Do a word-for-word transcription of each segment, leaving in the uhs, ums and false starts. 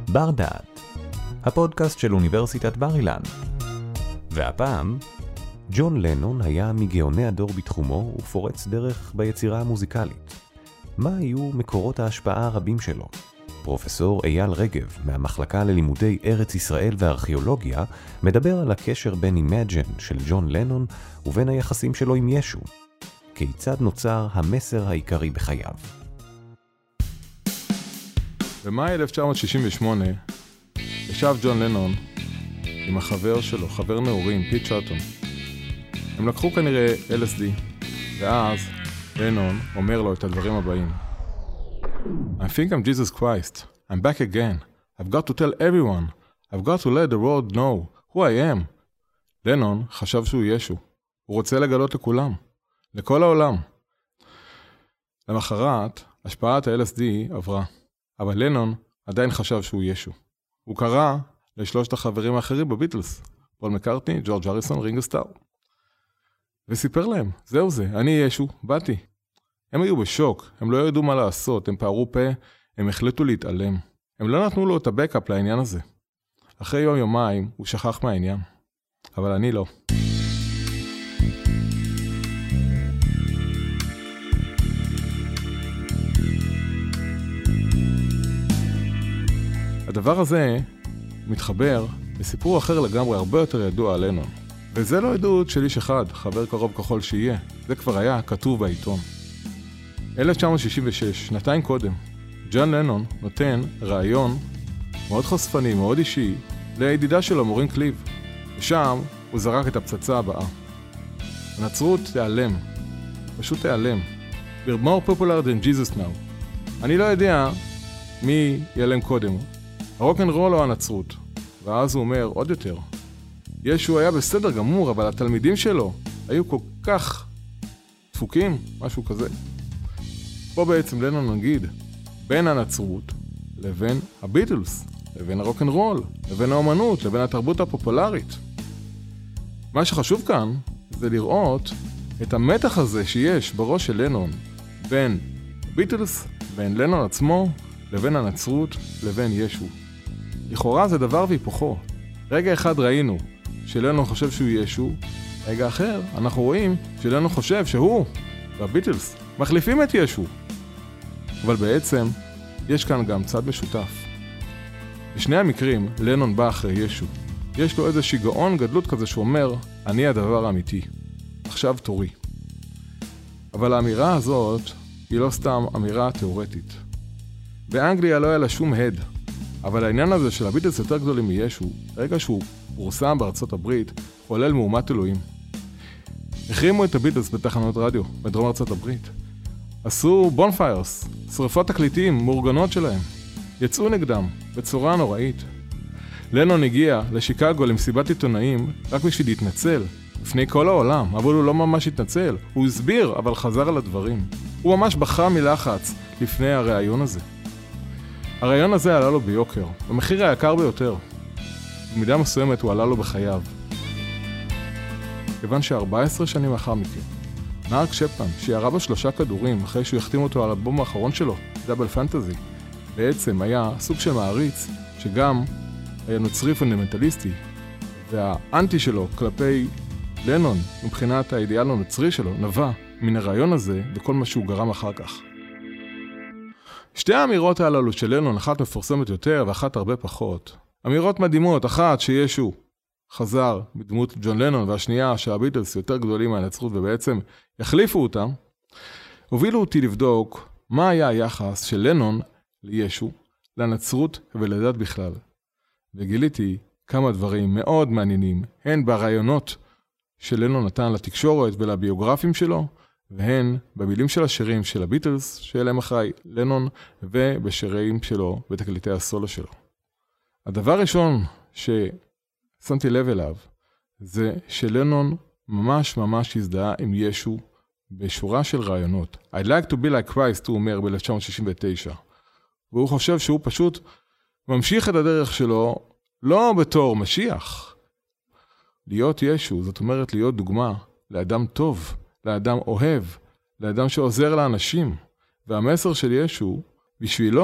בר דעת, הפודקאסט של אוניברסיטת בר אילן. והפעם, ג'ון לנון היה מגאוני הדור בתחומו ופורץ דרך ביצירה המוזיקלית. מה היו מקורות ההשפעה הרבים שלו? פרופסור אייל רגב מהמחלקה ללימודי ארץ ישראל וארכיאולוגיה מדבר על הקשר בין Imagine של ג'ון לנון ובין היחסים שלו עם ישו. כיצד נוצר המסר העיקרי בחייו? במאי אלף תשע מאות שישים ושמונה ישב ג'ון לנון עם החבר שלו, חבר נעורים, פיט צ'רטון. הם לקחו כנראה אל אס די, ואז לנון אומר לו את הדברים הבאים. I think I'm Jesus Christ. I'm back again. I've got to tell everyone. I've got to let the world know who I am. לנון חשב שהוא ישו. הוא רוצה לגלות לכולם. לכל העולם. למחרת, השפעת ה-אל אס די עברה. אבל לנון עדיין חשב שהוא ישו. הוא קרא לשלושת החברים האחרים בביטלס. פול מקרטני, ג'ורג' הריסון, רינגו סטאר. וסיפר להם, זהו זה, אני ישו, באתי. הם היו בשוק, הם לא ידעו מה לעשות, הם פערו פה, הם החליטו להתעלם. הם לא נתנו לו את הבקאפ לעניין הזה. אחרי יום יומיים הוא שכח מהעניין. אבל אני לא. הדבר הזה מתחבר לסיפור אחר לגמרי, הרבה יותר ידוע על לנון. וזה לא עדות של איש אחד, חבר קרוב ככל שיהיה. זה כבר היה כתוב בעיתון. אלף תשע מאות שישים ושש, שנתיים קודם, ג'ון לנון נותן רעיון מאוד חושפני, מאוד אישי, לידידה שלו, מורין קליב. ושם הוא זרק את הפצצה הבאה. הנצרות תיעלם. פשוט תיעלם. We're more popular than Jesus now. אני לא יודע מי ייעלם קודם. הרוק'נ'רול או הנצרות. ואז הוא אומר עוד יותר. ישו היה בסדר גמור, אבל התלמידים שלו היו כל כך דפוקים, משהו כזה. פה בעצם לנון נגיד, בין הנצרות לבין הביטלס, לבין הרוק'נ'רול, לבין האומנות, לבין התרבות הפופולרית. מה שחשוב כאן זה לראות את המתח הזה שיש בראש של לנון, בין הביטלס, בין לנון עצמו, לבין הנצרות, לבין ישו. לכאורה זה דבר והיפוכו. רגע אחד ראינו שלנון חושב שהוא ישו, רגע אחר אנחנו רואים שלנון חושב שהוא והביטלס מחליפים את ישו. אבל בעצם יש כאן גם צד משותף. בשני המקרים לנון בא אחרי ישו. יש לו איזה שיגעון גדלות כזה שאומר, אני הדבר האמיתי. עכשיו תורי. אבל האמירה הזאת היא לא סתם אמירה תיאורטית. באנגליה לא היה לה שום הד. אבל העניין הזה של הביטלס יותר גדולים מישו, רגע שהוא פורסם בארצות הברית, חולל מהומת אלוהים. החרימו את הביטלס בתחנות רדיו, בדרום ארצות הברית. עשו בונפיירס, שריפות תקליטים, מאורגנות שלהם. יצאו נגדם, בצורה נוראית. לנון הגיע לשיקגו למסיבת עיתונאים, רק בשביל להתנצל, לפני כל העולם, אבל הוא לא ממש התנצל. הוא הסביר, אבל חזר על הדברים. הוא ממש בכה מלחץ לפני הרעיון הזה. הרעיון הזה עלה לו ביוקר, במחיר היקר ביותר. במידה מסוימת הוא עלה לו בחייו. כיוון ש-ארבע עשרה שנים אחר מכן, נארק שפמן, שירה בשלושה כדורים אחרי שהוא יחתים אותו על האלבום האחרון שלו, דאבל פנטזי, בעצם היה סוג של מעריץ שגם היה נוצרי פונדמנטליסטי, והאנטי שלו כלפי לנון, מבחינת האידיאל הנוצרי שלו, נבע מן הרעיון הזה וכל מה שהוא גרם אחר כך. שתי האמירות הללו של לנון, אחת מפורסמת יותר ואחת הרבה פחות. אמירות מדהימות, אחת שישו חזר בדמות ג'ון לנון, והשנייה שהביטלס יותר גדולים מהנצרות ובעצם יחליפו אותם, הובילו אותי לבדוק מה היה היחס של לנון לישו, לנצרות ולדת בכלל. וגיליתי כמה דברים מאוד מעניינים, הן ברעיונות שלנון נתן לתקשורת ולביוגרפים שלו, והן במילים של השירים של הביטלס, שאליהם אחראי לנון, ובשירים שלו בתקליטי הסולו שלו. הדבר הראשון ששמתי לב אליו, זה שלנון ממש ממש הזדהה עם ישו בשורה של רעיונות. I'd like to be like Christ, הוא אומר ב-אלף תשע מאות שישים ותשע. והוא חושב שהוא פשוט ממשיך את הדרך שלו, לא בתור משיח. להיות ישו, זאת אומרת להיות דוגמה לאדם טוב, לאדם אוהב, לאדם שעוזר לאנשים. והמסר של ישו, בשבילו,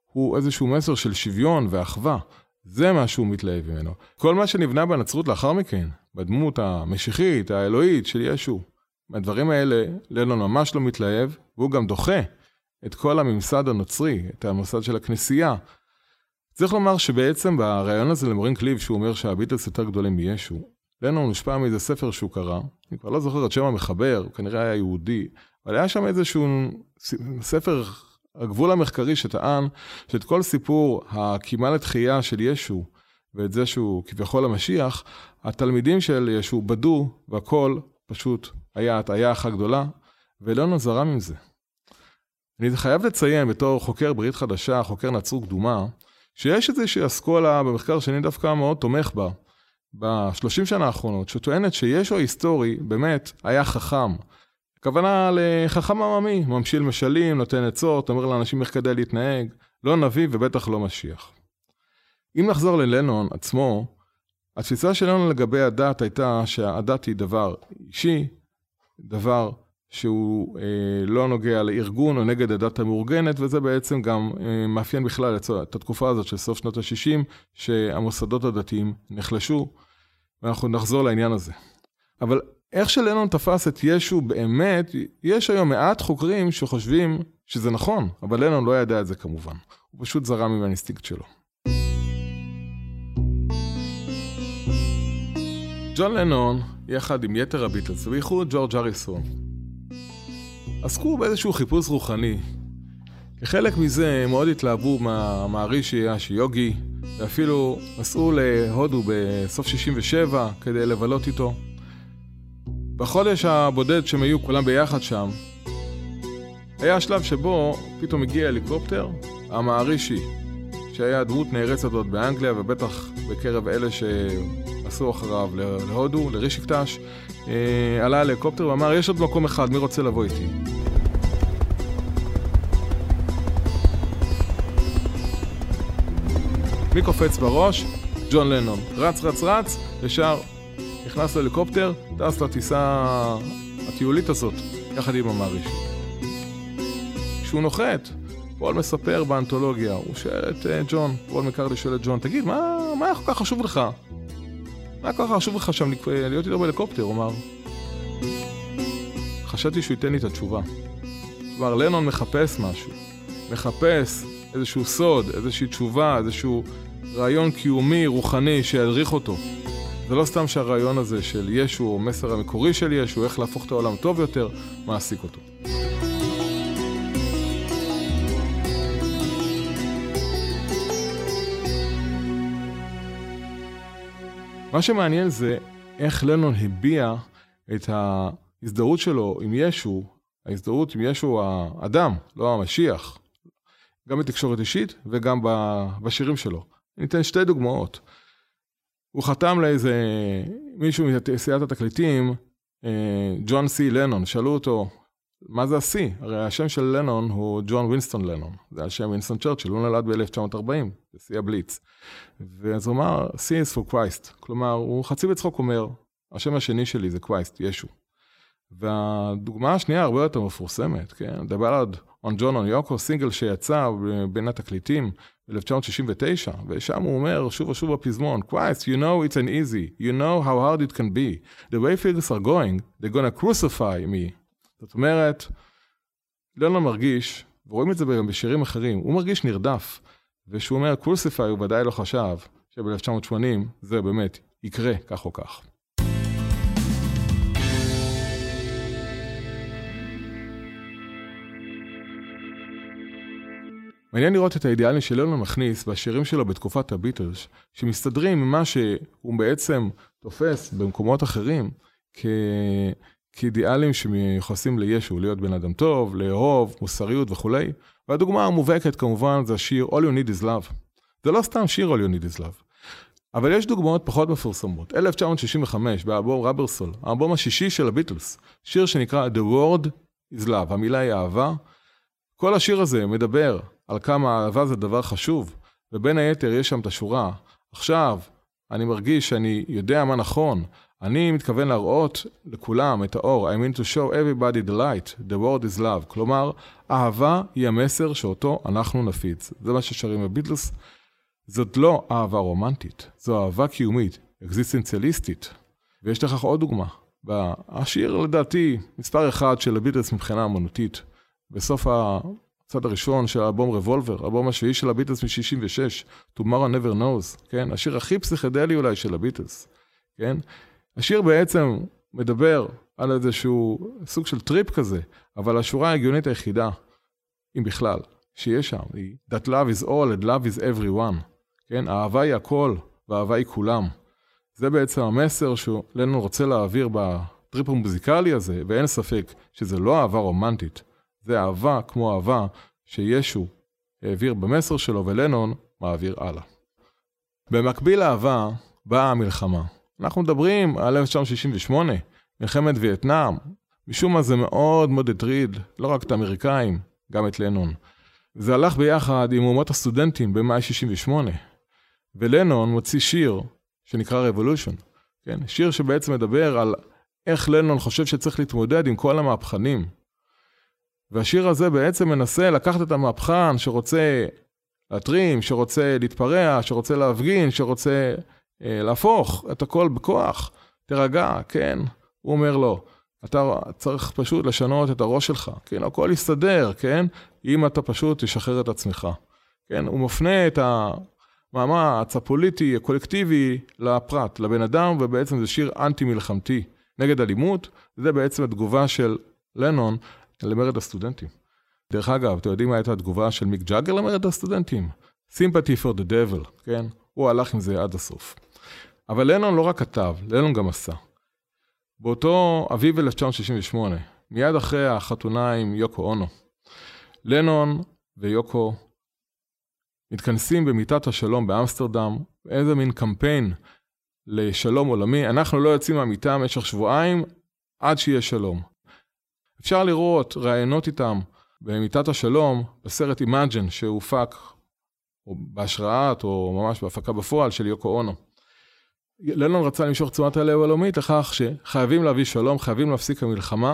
הוא איזשהו מסר של שוויון ואחווה. זה מה שהוא מתלהב ממנו. כל מה שנבנה בנצרות לאחר מכן, בדמות המשיחית, האלוהית של ישו, מהדברים האלה לנון ממש לא מתלהב, והוא גם דוחה את כל הממסד הנוצרי, את הממסד של הכנסייה. צריך לומר שבעצם ברעיון הזה למורין קליב, שהוא אומר שהביטלס יותר גדולים מישו, לנון מושפע מאיזה ספר שהוא קרא, אני כבר לא זוכר את שם המחבר, הוא כנראה היה יהודי, אבל היה שם איזשהו ספר, הגבול המחקרי שטען, שאת כל סיפור הקימה לתחייה של ישו, ואת זה שהוא כביכול המשיח, התלמידים של ישו בדו, והכל פשוט היה הטעיה אחת גדולה, ולנון זרם עם זה. אני חייב לציין בתור חוקר ברית חדשה, חוקר נצרות קדומה, שיש איזושהי אסכולה במחקר שאני דווקא מאוד תומך בה, בשלושים שנה האחרונות, שטוענת שישו ההיסטורי באמת היה חכם. הכוונה לחכם עממי, ממשיל משלים, נותן עצות, אומר לאנשים איך כדאי להתנהג, לא נביא ובטח לא משיח. אם נחזור ללנון עצמו, התפיסה שלנו לגבי הדת הייתה שהדת היא דבר אישי, דבר שהוא אה, לא נוגע לארגון או נגד הדת המאורגנת, וזה בעצם גם אה, מאפיין בכלל את התקופה הזאת של סוף שנות ה-שישים, שהמוסדות הדתיים נחלשו, ואנחנו נחזור לעניין הזה. אבל איך שלנון תפס את ישו באמת, יש היום מעט חוקרים שחושבים שזה נכון, אבל לנון לא ידע את זה כמובן. הוא פשוט זרם עם האינסטינקט שלו. ג'ון לנון, יחד עם יתר הביטלס, ובייחוד ג'ורג' הריסון, עסקו באיזשהו חיפוש רוחני. כחלק מזה הם מאוד התלהבו מהמערישי השיוגי, ואפילו נסעו להודו בסוף שישים ושבע כדי לבלות איתו. בחודש הבודד שהם היו כולם ביחד שם, היה השלב שבו פתאום הגיע הליקופטר, המערישי, שהיה דמות נערצת עוד באנגליה, ובטח בקרב אלה שעשו אחריו להודו, לרישיקטש, עלה הליקופטר ואמר, יש עוד מקום אחד, מי רוצה לבוא איתי? מי קופץ בראש? ג'ון לנון. רץ, רץ, רץ, ושר, נכנס להליקופטר, טס לטיסה הטיולית הזאת, יחד עם המערישי. כשהוא נוחת, פול מספר באנתולוגיה, הוא שואל את uh, ג'ון, פול מקרדי שואל את ג'ון, תגיד, מה, מה כל כך חשוב לך? מה כל כך חשוב לך שם להיות איתו בהליקופטר? הוא אמר, חשבתי שהוא ייתן לי את התשובה. כבר לנון מחפש משהו, מחפש איזשהו סוד, איזושהי תשובה, איזשהו רעיון קיומי, רוחני, שידריך אותו. זה לא סתם שהרעיון הזה של ישו, או מסר המקורי של ישו, איך להפוך את העולם טוב יותר, מעסיק אותו. מה שמעניין זה איך לנון הביע את ההזדהות שלו עם ישו, ההזדהות עם ישו האדם, לא המשיח, גם בתקשורת אישית וגם בשירים שלו. ניתן שתי דוגמאות. הוא חתם לאיזה מישהו מתעשיית התקליטים, ג'ון סי לנון, שאלו אותו, מה זה ה-C? הרי השם של לנון הוא ג'ון וינסטון לנון, זה השם וינסטון צ'רצ'יל, הוא נולד ב-אלף תשע מאות ארבעים, זה C הבליץ. ואז הוא אמר, C is for Christ, כלומר, הוא חצי בצחוק אומר, השם השני שלי זה Christ, ישו. והדוגמה השנייה הרבה יותר מפורסמת, כן? The Ballad on John on Yoko, סינגל שיצא בין התקליטים ב-אלף תשע מאות שישים ותשע, ושם הוא אומר שוב ושוב בפזמון, Christ, you know it's an easy, you know how hard it can be, the way things are going, they're gonna crucify me. זאת אומרת, לנון מרגיש, ורואים את זה בשירים אחרים, הוא מרגיש נרדף, ושהוא אומר, crucify הוא ודאי לא חשב, שב-אלף תשע מאות שמונים זה באמת יקרה כך או כך. מעניין לראות את האידיאלים שלנו מכניס בשירים שלו בתקופת הביטלס, שמסתדרים ממה שהוא בעצם תופס במקומות אחרים, כ... כאידיאלים שמיוחסים לישו, להיות בן אדם טוב, לאהוב, מוסריות וכו'. והדוגמה המובהקת כמובן זה השיר All You Need Is Love. זה לא סתם שיר All You Need Is Love. אבל יש דוגמאות פחות מפורסמות. אלף תשע מאות שישים וחמש, באלבום רברסול, האלבום השישי של הביטלס, שיר שנקרא The Word Is Love, המילה היא אהבה. כל השיר הזה מדבר על כמה אהבה זה דבר חשוב, ובין היתר יש שם את השורה, עכשיו אני מרגיש שאני יודע מה נכון, אני מתכוון להראות לכולם את האור. I mean to show everybody the light. The word is love. כלומר, אהבה היא המסר שאותו אנחנו נפיץ. זה מה ששרים הביטלס. זאת לא אהבה רומנטית. זו אהבה קיומית, אקזיסטנציאליסטית. ויש לכך עוד דוגמה. השיר לדעתי, מספר אחד של הביטלס מבחינה אמנותית. בסוף הצד הראשון של האלבום רבולבר, האלבום השביעי של הביטלס מ-שישים ושש, Tomorrow Never Knows, כן? השיר הכי פסיכדלי אולי של הביטלס, כן? השיר בעצם מדבר על איזשהו סוג של טריפ כזה, אבל השורה ההגיונית היחידה, אם בכלל, שיש שם, היא That love is all and love is everyone, כן? האהבה היא הכל, והאהבה היא כולם. זה בעצם המסר שלנו רוצה להעביר בטריפ המוזיקלי הזה, ואין ספק שזה לא אהבה רומנטית, זה אהבה כמו אהבה שישו העביר במסר שלו, ולנון מעביר הלאה. במקביל לאהבה באה המלחמה. אנחנו מדברים על אלף תשע מאות שישים ושמונה, מלחמת וייטנאם. משום מה זה מאוד מאוד הטריד, לא רק את האמריקאים, גם את לנון. זה הלך ביחד עם אומות הסטודנטים במאי שישים ושמונה. ולנון מוציא שיר שנקרא Revolution. כן? שיר שבעצם מדבר על איך לנון חושב שצריך להתמודד עם כל המהפכנים. והשיר הזה בעצם מנסה לקחת את המהפכן שרוצה להתרים, שרוצה להתפרע, שרוצה להפגין, שרוצה אה, להפוך את הכל בכוח. תרגע, כן? הוא אומר לו, אתה צריך פשוט לשנות את הראש שלך, כן? הכל יסתדר, כן? אם אתה פשוט תשחרר את עצמך. כן? הוא מפנה את המאמץ הפוליטי, הקולקטיבי, לפרט, לבן אדם, ובעצם זה שיר אנטי-מלחמתי נגד אלימות. זה בעצם התגובה של לנון למרד הסטודנטים. דרך אגב, אתם יודעים מה הייתה התגובה של מיק ג'אגר למרד הסטודנטים? Sympathy for the devil, כן? הוא הלך עם זה עד הסוף. אבל לנון לא רק כתב, לנון גם עשה. באותו אביב אלף תשע מאות שישים ושמונה, מיד אחרי החתונה עם יוקו אונו, לנון ויוקו מתכנסים במיטת השלום באמסטרדם, איזה מין קמפיין לשלום עולמי. אנחנו לא יוצאים מהמיטה במשך שבועיים עד שיהיה שלום. אפשר לראות רעיונות איתם במיטת השלום בסרט Imagine שהופק או בהשראת או ממש בהפקה בפועל של יוקו אונו. לנון רצה למשוך תשומת הלב העולמית לכך שחייבים להביא שלום, חייבים להפסיק המלחמה.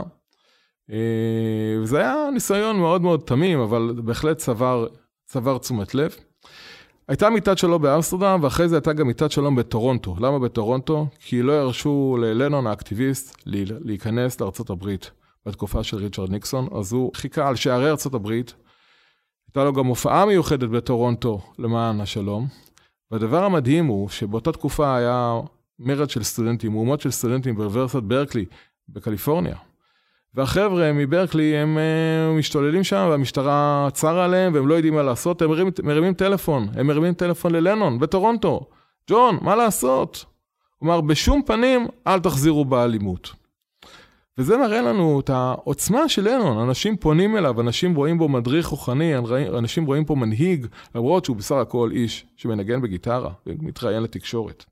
וזה היה ניסיון מאוד מאוד תמים, אבל בהחלט צבר, צבר תשומת לב. הייתה מיטת שלום באמסטרדם, ואחרי זה הייתה גם מיטת שלום בטורונטו. למה בטורונטו? כי לא ירשו ללנון האקטיביסט להיכנס לארצות הברית בתקופה של ריצ'רד ניקסון, אז הוא חיכה על שערי ארצות הברית. הייתה לו גם הופעה מיוחדת בטורונטו למען השלום. והדבר המדהים הוא שבאותה תקופה היה מרד של סטודנטים, מהומות של סטודנטים באוניברסיטת ברקלי בקליפורניה. והחבר'ה מברקלי הם משתוללים שם, והמשטרה צרה עליהם, והם לא יודעים מה לעשות, הם מרימים, מרימים טלפון, הם מרימים טלפון ללנון בטורונטו. ג'ון, מה לעשות? הוא אומר, בשום פנים אל תחזירו באלימות. וזה מראה לנו את העוצמה של לנון, אנשים פונים אליו, אנשים רואים בו מדריך רוחני, אנשים רואים פה מנהיג, למרות שהוא בסך הכל איש שמנגן בגיטרה, ומתראיין לתקשורת.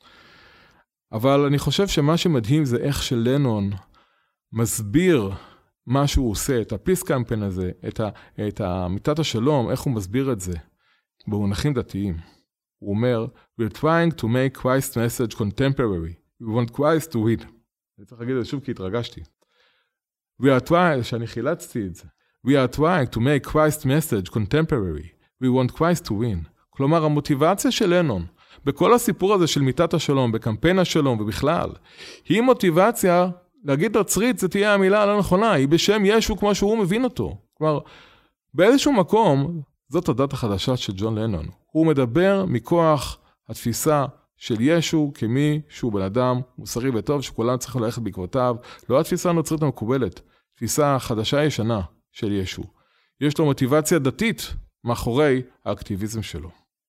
אבל אני חושב שמה שמדהים זה איך שלנון מסביר מה שהוא עושה, את הפיס קמפיין הזה, את, ה, את מיטת השלום, איך הוא מסביר את זה, במונחים דתיים. הוא אומר, we're trying to make Christ's message contemporary. We want Christ to win. אני צריך להגיד את זה שוב כי התרגשתי. We are trying, שאני חילצתי את זה. We are trying to make Christ's message contemporary. We want Christ to win. כלומר, המוטיבציה של לנון, בכל הסיפור הזה של מיטת השלום, בקמפיין השלום ובכלל, היא מוטיבציה להגיד תצרית, זה תהיה המילה הלא נכונה, היא בשם ישו כמו שהוא מבין אותו. כלומר, באיזשהו מקום, זאת הדת החדשה של ג'ון לנון. הוא מדבר מכוח התפיסה של ישו כמי שהוא בן אדם מוסרי וטוב, שכולם צריכים ללכת בעקבותיו, לא התפיסה הנוצרית המקובלת, תפיסה חדשה ישנה של ישו. יש לו מוטיבציה דתית מאחורי האקטיביזם שלו.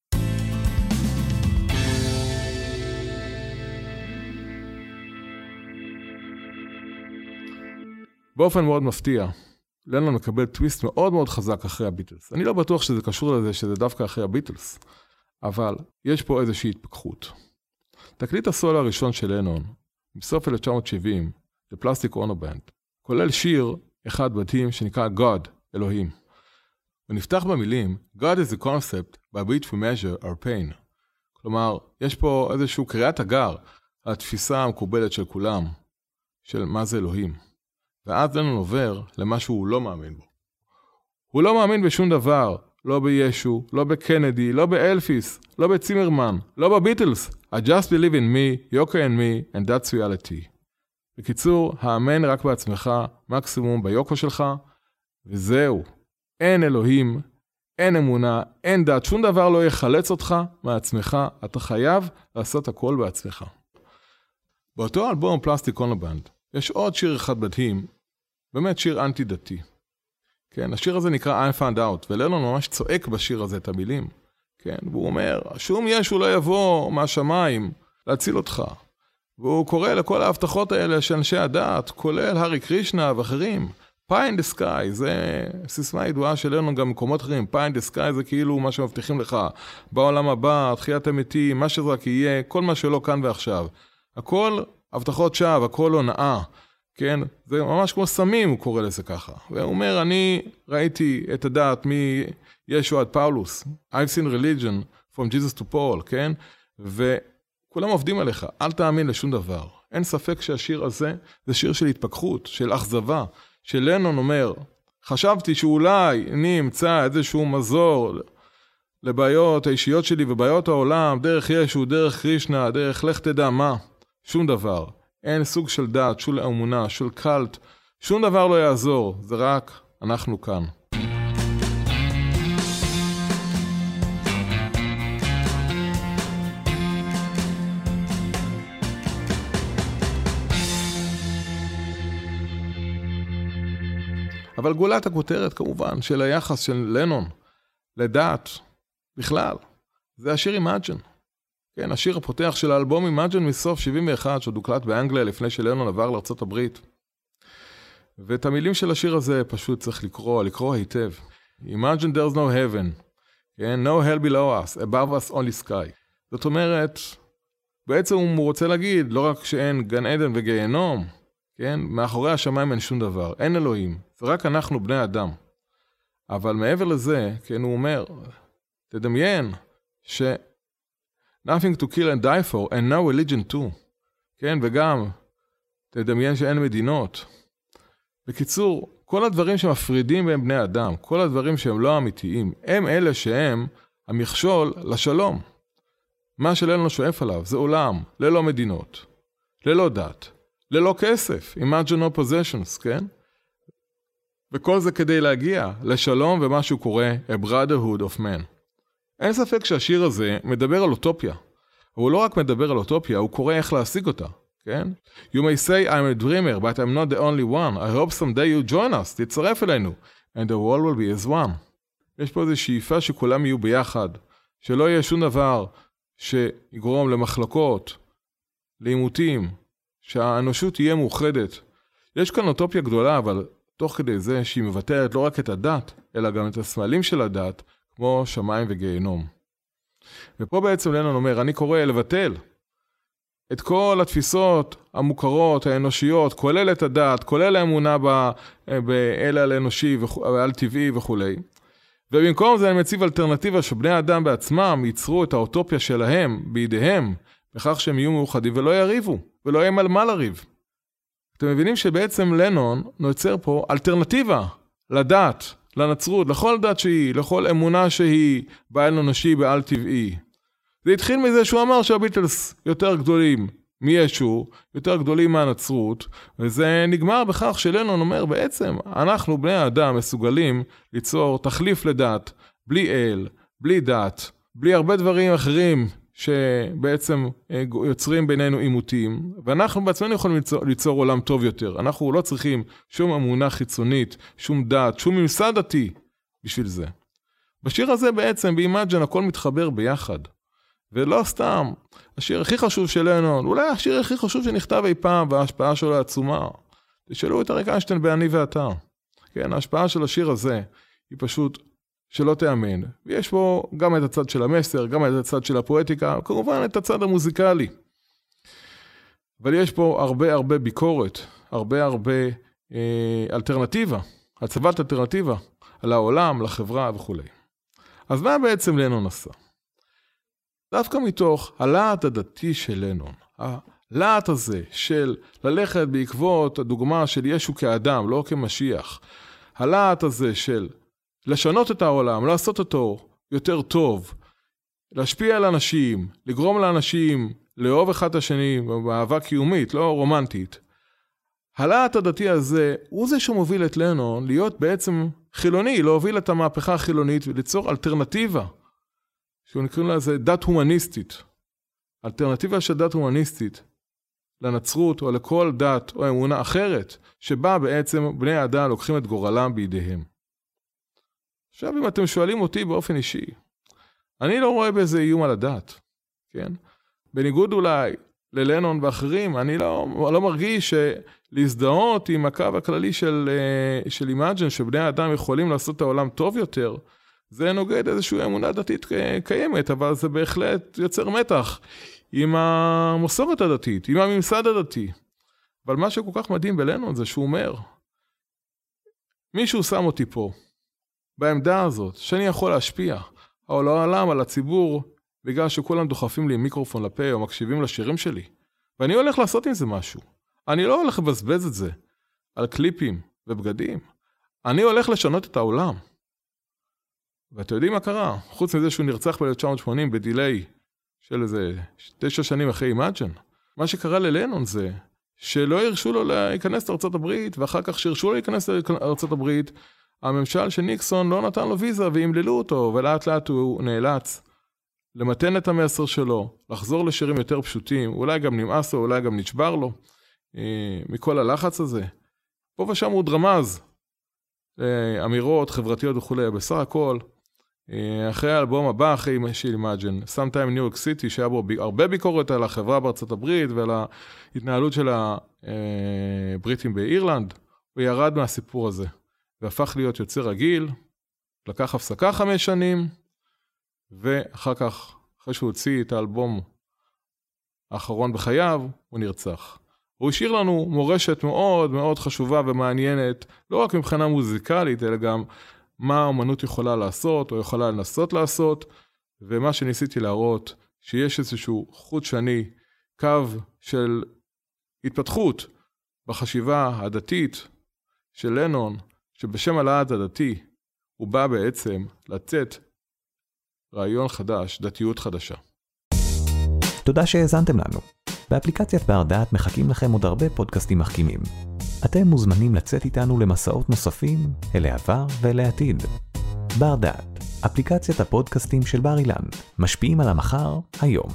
באופן מאוד מפתיע, לנון מקבל טוויסט מאוד מאוד חזק אחרי הביטלס. אני לא בטוח שזה קשור לזה שזה דווקא אחרי הביטלס, אבל יש פה איזושהי התפכחות. תקליט הסולו הראשון של לנון, מסוף אלף תשע מאות שבעים, The Plastic Ono Band, כולל שיר אחד מדהים שנקרא God, אלוהים. הוא נפתח במילים, God is the concept by which we measure our pain. כלומר, יש פה איזשהו קריאת אגר. התפיסה המקובלת של כולם, של מה זה אלוהים. ואז לנון עובר למה שהוא לא מאמין בו. הוא לא מאמין בשום דבר, לא בישו, לא בקנדי, לא באלפיס, לא בצימרמן, לא בביטלס. I just believe in me, Yoko and me, and that's reality. בקיצור, האמן רק בעצמך, מקסימום ביוקו שלך, וזהו. אין אלוהים, אין אמונה, אין דת, שום דבר לא יחלץ אותך מעצמך, אתה חייב לעשות הכל בעצמך. באותו אלבום פלסטיק און הבנד, יש עוד שיר אחד מדהים, באמת שיר אנטי דתי. כן, השיר הזה נקרא I Found Out, ולנון ממש צועק בשיר הזה את המילים. כן, והוא אומר, שום ישו לא יבוא מהשמיים להציל אותך. והוא קורא לכל ההבטחות האלה של אנשי הדת, כולל הרי קרישנה ואחרים. Pie in the sky, זה סיסמה ידועה שלנו גם מקומות אחרים. Pie in the sky זה כאילו מה שמבטיחים לך. בעולם הבא, תחיית המתים, מה שזה רק יהיה, כל מה שלא כאן ועכשיו. הכל הבטחות שווא, הכל הונאה. כן, זה ממש כמו סמים, הוא קורא לזה ככה. והוא אומר, אני ראיתי את הדת מישו עד פאולוס. I've seen religion from Jesus to Paul, כן? וכולם עובדים עליך, אל תאמין לשום דבר. אין ספק שהשיר הזה זה שיר של התפכחות, של אכזבה. שלנון אומר, חשבתי שאולי אני אמצא איזשהו מזור לבעיות האישיות שלי ובעיות העולם, דרך ישו, דרך קרישנה, דרך לך תדע מה. שום דבר. אין סוג של דת, שול אמונה, שול קלט, שום דבר לא יעזור, זה רק אנחנו כאן. אבל גולת הכותרת כמובן של היחס של לנון לדת בכלל, זה השיר Imagine. כן, השיר הפותח של האלבום Imagine מסוף שבעים ואחת, שדוקלט באנגליה לפני שלנון עבר לארצות הברית. ואת המילים של השיר הזה פשוט צריך לקרוא, לקרוא היטב. Imagine there's no heaven, כן, no hell below us, above us only sky. זאת אומרת, בעצם הוא רוצה להגיד, לא רק שאין גן עדן וגיהנום, כן, מאחורי השמיים אין שום דבר, אין אלוהים, זה רק אנחנו בני אדם. אבל מעבר לזה, כן, הוא אומר, תדמיין ש... nothing to kill and die for, and no religion too. כן, וגם, תדמיין שאין מדינות. בקיצור, כל הדברים שמפרידים בין בני אדם, כל הדברים שהם לא אמיתיים, הם אלה שהם המכשול לשלום. מה שלנו שואף עליו זה עולם, ללא מדינות, ללא דת, ללא כסף, imagine no possessions, כן? וכל זה כדי להגיע לשלום ומה שהוא קורא a brotherhood of men. אין ספק שהשיר הזה מדבר על אוטופיה. הוא לא רק מדבר על אוטופיה, הוא קורא איך להשיג אותה, כן? You may say I'm a dreamer, but I'm not the only one. I hope someday you join us, תצטרף אלינו. And the world will be as one. יש פה איזו שאיפה שכולם יהיו ביחד, שלא יהיה שום דבר שיגרום למחלקות, לעימותים, שהאנושות תהיה מאוחדת. יש כאן אוטופיה גדולה, אבל תוך כדי זה שהיא מבטרת לא רק את הדת, אלא גם את הסמלים של הדת, כמו שמיים וגיהנום. ופה בעצם לנון אומר, אני קורא לבטל את כל התפיסות המוכרות, האנושיות, כולל את הדת, כולל האמונה באל על אנושי ועל טבעי וכו'. ובמקום זה אני מציב אלטרנטיבה שבני האדם בעצמם ייצרו את האוטופיה שלהם בידיהם, בכך שהם יהיו מאוחדים ולא יריבו, ולא יהיה על מה לריב. אתם מבינים שבעצם לנון נוצר פה אלטרנטיבה לדת, לנצרות, לכל דת שהיא, לכל אמונה שהיא, בעל אנושי, בעל טבעי. זה התחיל מזה שהוא אמר שהביטלס יותר גדולים מישו, יותר גדולים מהנצרות, וזה נגמר בכך שלנון אומר בעצם, אנחנו בני האדם מסוגלים ליצור תחליף לדת, בלי אל, בלי דת, בלי הרבה דברים אחרים שבעצם יוצרים בינינו עימותים, ואנחנו בעצמנו יכולים ליצור, ליצור עולם טוב יותר. אנחנו לא צריכים שום אמונה חיצונית, שום דת, שום ממסד דתי בשביל זה. בשיר הזה בעצם, באימג'ן, הכל מתחבר ביחד. ולא סתם, השיר הכי חשוב של לנון, אולי השיר הכי חשוב שנכתב אי פעם, וההשפעה שלו עצומה. תשאלו את אריק איינשטיין באני ואתה. כן, ההשפעה של השיר הזה היא פשוט שלא תאמן. ויש פה גם את הצד של המסר, גם את הצד של הפואטיקה, כמובן את הצד המוזיקלי. אבל יש פה הרבה הרבה ביקורת, הרבה הרבה אה, אלטרנטיבה, הצבת אלטרנטיבה על העולם, לחברה וכו'. אז מה בעצם לנון עשה? דווקא מתוך הלהט הדתי של לנון, הלהט הזה של ללכת בעקבות הדוגמה של ישו כאדם, לא כמשיח, הלהט הזה של לשנות את העולם, לעשות אותו יותר טוב, להשפיע על אנשים, לגרום לאנשים לאהוב אחד את השני באהבה קיומית, לא רומנטית. הלהט הדתי הזה הוא זה שמוביל את לנון להיות בעצם חילוני, להוביל את המהפכה החילונית וליצור אלטרנטיבה, שהוא נקראים לזה דת הומניסטית. אלטרנטיבה של דת הומניסטית לנצרות או לכל דת או אמונה אחרת, שבה בעצם בני האדם לוקחים את גורלם בידיהם. עכשיו אם אתם שואלים אותי באופן אישי, אני לא רואה באיזה איום על הדת, כן? בניגוד אולי ללנון ואחרים, אני לא, לא מרגיש שלהזדהות עם הקו הכללי של, של אימג'ן, שבני האדם יכולים לעשות את העולם טוב יותר, זה נוגד איזושהי אמונה דתית קיימת, אבל זה בהחלט יוצר מתח עם המסורת הדתית, עם הממסד הדתי. אבל מה שכל כך מדהים בלנון זה שהוא אומר, מישהו שם אותי פה, בעמדה הזאת, שאני יכול להשפיע, אבל לא עלם על הציבור, בגלל שכולם דוחפים לי מיקרופון לפה או מקשיבים לשירים שלי. ואני הולך לעשות עם זה משהו. אני לא הולך לבזבז את זה על קליפים ובגדים. אני הולך לשנות את העולם. ואתם יודעים מה קרה? חוץ מזה שהוא נרצח ב-אלף תשע מאות שמונים בדיליי של איזה תשע שנים אחרי אימג'ן. מה שקרה ללנון זה שלא הרשו לו להיכנס לארצות הברית, ואחר כך שהרשו לו להיכנס לארצות הברית, הממשל של ניקסון לא נתן לו ויזה והמללו אותו, ולאט לאט הוא נאלץ למתן את המסר שלו, לחזור לשירים יותר פשוטים, אולי גם נמאס לו, אולי גם נשבר לו, אה, מכל הלחץ הזה. פה ושם הוא דרמז, אה, אמירות חברתיות וכו'. בסך הכל, אה, אחרי האלבום הבא, אחרי של אימג'ן, Sometime in New York City, שהיה בו הרבה ביקורת על החברה בארצות הברית, ועל ההתנהלות של הבריטים באירלנד, הוא ירד מהסיפור הזה, והפך להיות יוצר רגיל, לקח הפסקה חמש שנים, ואחר כך, אחרי שהוא הוציא את האלבום האחרון בחייו, הוא נרצח. הוא השאיר לנו מורשת מאוד מאוד חשובה ומעניינת, לא רק מבחינה מוזיקלית, אלא גם מה האמנות יכולה לעשות, או יכולה לנסות לעשות, ומה שניסיתי להראות, שיש איזשהו חוט שני, קו של התפתחות בחשיבה הדתית של לנון, שבשם הלהט הדתי, הוא בא בעצם לצאת רעיון חדש, דתיות חדשה. תודה שהאזנתם לנו. באפליקציית בר דעת מחכים לכם עוד הרבה פודקאסטים מחכימים. אתם מוזמנים לצאת איתנו למסעות נוספים אל העבר ואל העתיד. בר דעת, אפליקציית הפודקאסטים של בר אילן, משפיעים על המחר היום.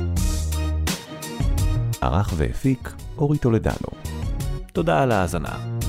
ערך והפיק אורי טולדנו. תודה על ההאזנה.